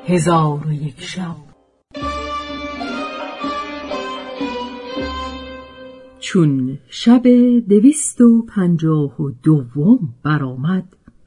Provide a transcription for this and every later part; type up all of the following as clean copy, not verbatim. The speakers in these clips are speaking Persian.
1001 شب. چون شب 252 برآمد،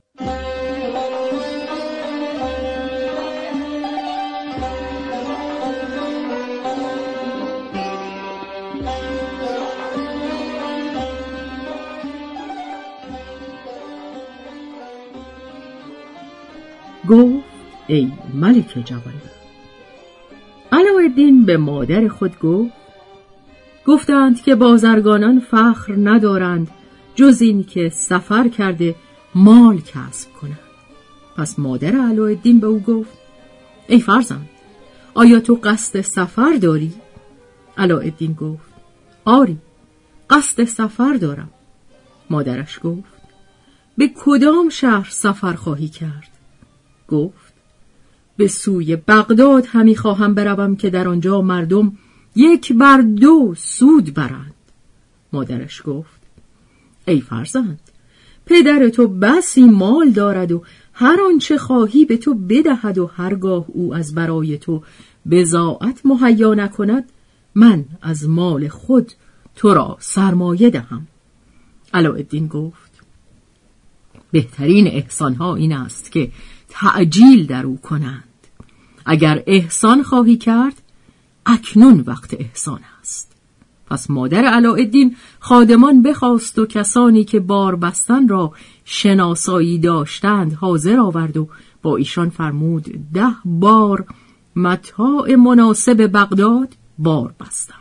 گفت ای ملک جوانبخت. علاءالدین به مادر خود گفتند که بازرگانان فخر ندارند جز این که سفر کرده مال کسب کنند. پس مادر علاءالدین به او گفت ای فرزند، آیا تو قصد سفر داری؟ علاءالدین گفت آری، قصد سفر دارم. مادرش گفت به کدام شهر سفر خواهی کرد؟ گفت به سوی بغداد همی خواهم بروم که در آنجا مردم 1 بر 2 سود برند. مادرش گفت ای فرزند، پدر تو بسی مال دارد و هر آنچه خواهی به تو بدهد و هرگاه او از برای تو بضاعت مهیا نکند، من از مال خود تو را سرمایه دهم. علاءالدین گفت بهترین احسانها این است که تعجیل در او کنند. اگر احسان خواهی کرد، اکنون وقت احسان است. پس مادر علاءالدین خادمان بخواست و کسانی که بار بستن را شناسایی داشتند حاضر آورد و با ایشان فرمود 10 بار متاع مناسب بغداد بار بستند.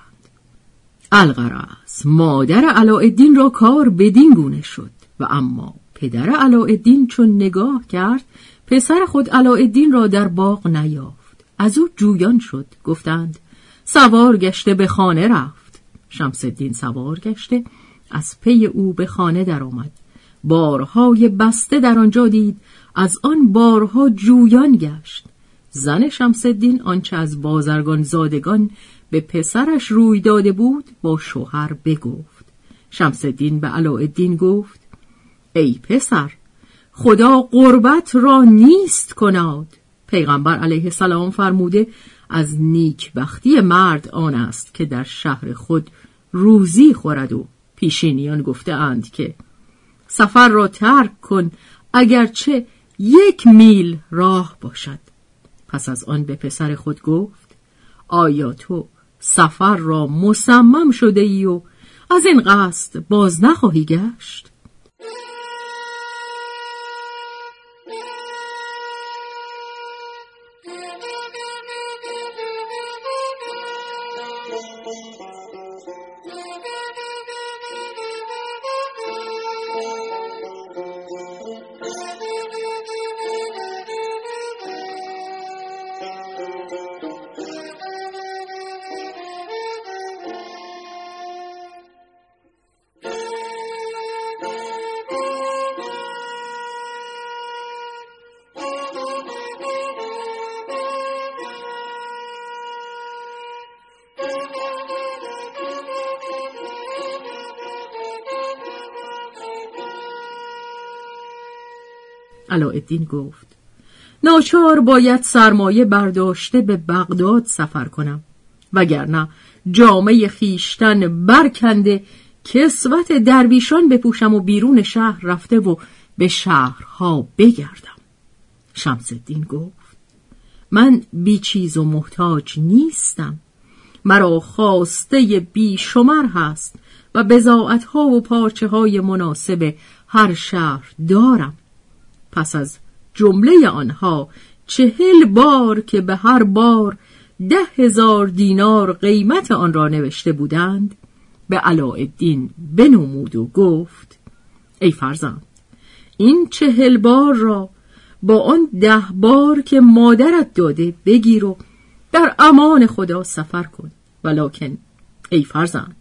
الغرض مادر علاءالدین را کار بدین گونه شد و اما پدر علاءالدین چون نگاه کرد پسر خود علاءالدین را در باغ نیافت. از او جویان شد. گفتند سوار گشته به خانه رفت. شمس الدین سوار گشته از پی او به خانه در آمد. بارهای بسته در آنجا دید، از آن بارها جویان گشت. زن شمس الدین آنچه از بازرگان زادگان به پسرش روی داده بود با شوهر بگفت. شمس الدین به علاءالدین گفت ای پسر، خدا قربت را نیست کناد. پیغمبر علیه السلام فرموده از نیکبختی مرد آن است که در شهر خود روزی خورد و پیشینیان گفته اند که سفر را ترک کن اگرچه 1 میل راه باشد. پس از آن به پسر خود گفت آیا تو سفر را مصمم شده ای و از این قصد باز نخواهی گشت؟ علاءالدین گفت ناچار باید سرمایه برداشته به بغداد سفر کنم، وگرنه جامه خیشتن برکنده کسوت درویشان بپوشم و بیرون شهر رفته و به شهرها بگردم. شمس الدین گفت من بی چیز و محتاج نیستم، مرا خواسته بی شمر هست و بضاعت‌ها و پارچه‌های مناسب هر شهر دارم. پس از جمله آنها 40 بار که به هر بار 10,000 دینار قیمت آن را نوشته بودند به علاءالدین بنمود و گفت ای فرزند، این 40 بار را با آن 10 بار که مادرت داده بگیر و در امان خدا سفر کن. ولکن ای فرزند،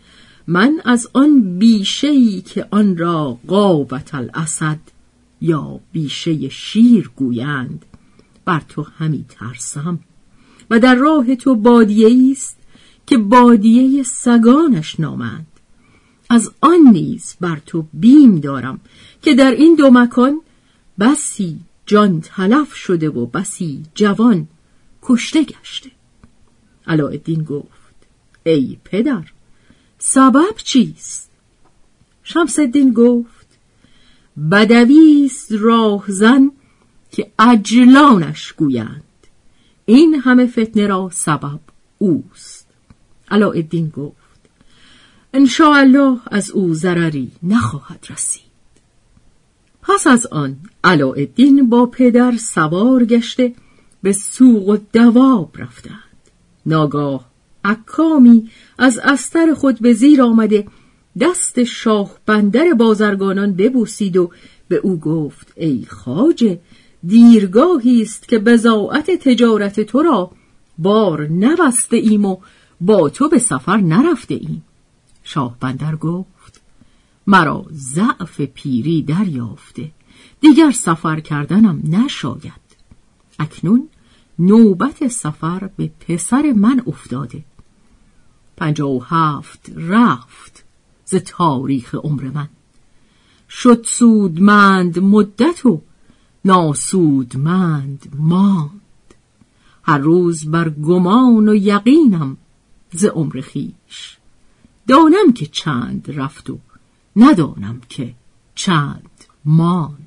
من از آن بیشه‌ای که آن را غابت الاسد یا بیشه شیر گویند بر تو همی ترسم و در راه تو بادیه‌ای است که بادیه سگانش نامند. از آن نیز بر تو بیم دارم که در این 2 مکان بسی جان تلف شده و بسی جوان کشته گشته. علاءالدین گفت ای پدر، سبب چیست؟ شمس الدین گفت بدویست راهزن که عجلانش گویند این همه فتنه را سبب اوست. علاءالدین گفت انشاءالله از او ضرری نخواهد رسید. پس از آن علاءالدین با پدر سوار گشته به سوق و دواب رفتند. ناگاه عکامی از استر خود به زیر آمده دست شاه بندر بازرگانان ببوسید و به او گفت ای خواجه، دیرگاهی است که بضاعت تجارت تو را بار نبسته ایم و با تو به سفر نرفته ایم. شاه بندر گفت مرا ضعف پیری دریافته، دیگر سفر کردنم نشاید. اکنون نوبت سفر به پسر من افتاده. 57 رفت ز تاریخ عمر من، شد سودمند مدت و ناسودمند ماند. هر روز بر گمان و یقینم ز عمر خویش، دانم که چند رفت و ندانم که چند ماند.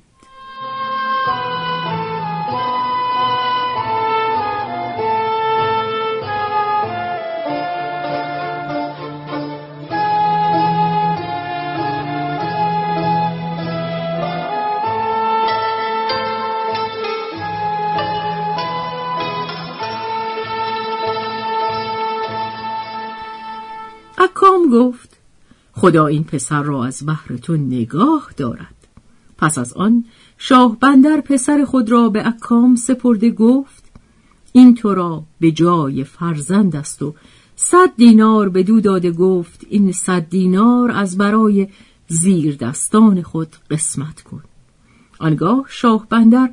عکام گفت خدا این پسر را از بهر تو نگاه دارد. پس از آن شاه بندر پسر خود را به عکام سپرده گفت این تو را به جای فرزند است و 100 دینار بدو داده. گفت این 100 دینار از برای زیر دستان خود قسمت کن. آنگاه شاه بندر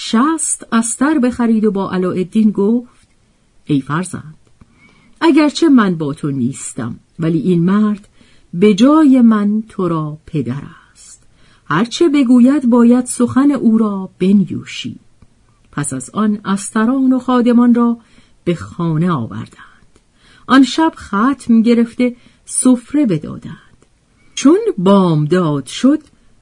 60 استر بخرید و با علاءالدین گفت ای فرزند، اگرچه من با تو نیستم ولی این مرد به جای من تو را پدر است. هرچه بگوید باید سخن او را بنیوشی. پس از آن استران و خادمان را به خانه آوردند. آن شب ختم گرفته سفره بدادند. چون بامداد شد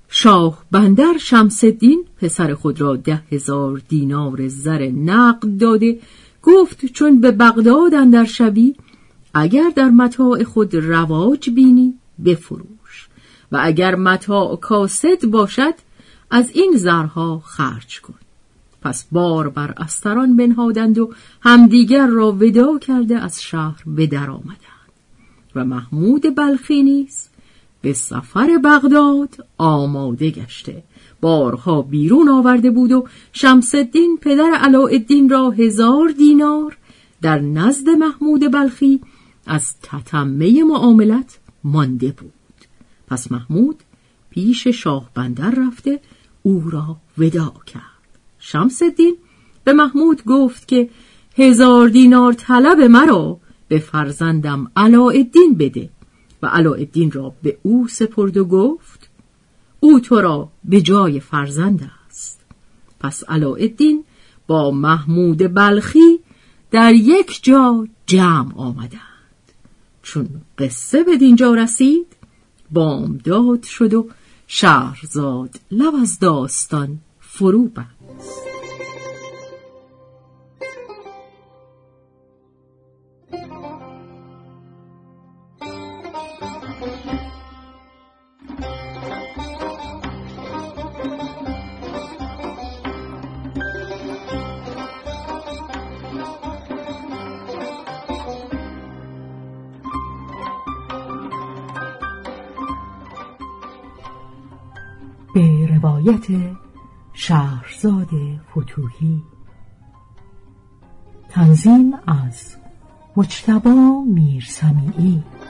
شاه بندر شمس الدین پسر خود را 10,000 دینار زر نقد داده گفت چون به بغداد اندر شوی اگر در متاع خود رواج بینی بفروش و اگر متاع کاسد باشد از این زرها خرج کن. پس بار بر استران بنهادند و همدیگر را وداع کرده از شهر به در آمدند و محمود بلخی نیز به سفر بغداد آماده گشته بارها بیرون آورده بود و شمس الدین پدر علاءالدین را 1000 دینار در نزد محمود بلخی از تتمه معاملت مانده بود. پس محمود پیش شاه بندر رفته او را وداع کرد. شمس الدین به محمود گفت که 1000 دینار طلب مرا به فرزندم علاءالدین بده و علاءالدین را به او سپرد و گفت او تو را به جای فرزند است. پس علاءالدین با محمود بلخی در یک جا جمع آمدند. چون قصه به دینجا رسید بامداد شد و شهرزاد لب از داستان فرو بست. به روایت شهرزاد فتوحی. تنظیم از مجتبی میرسمیعی.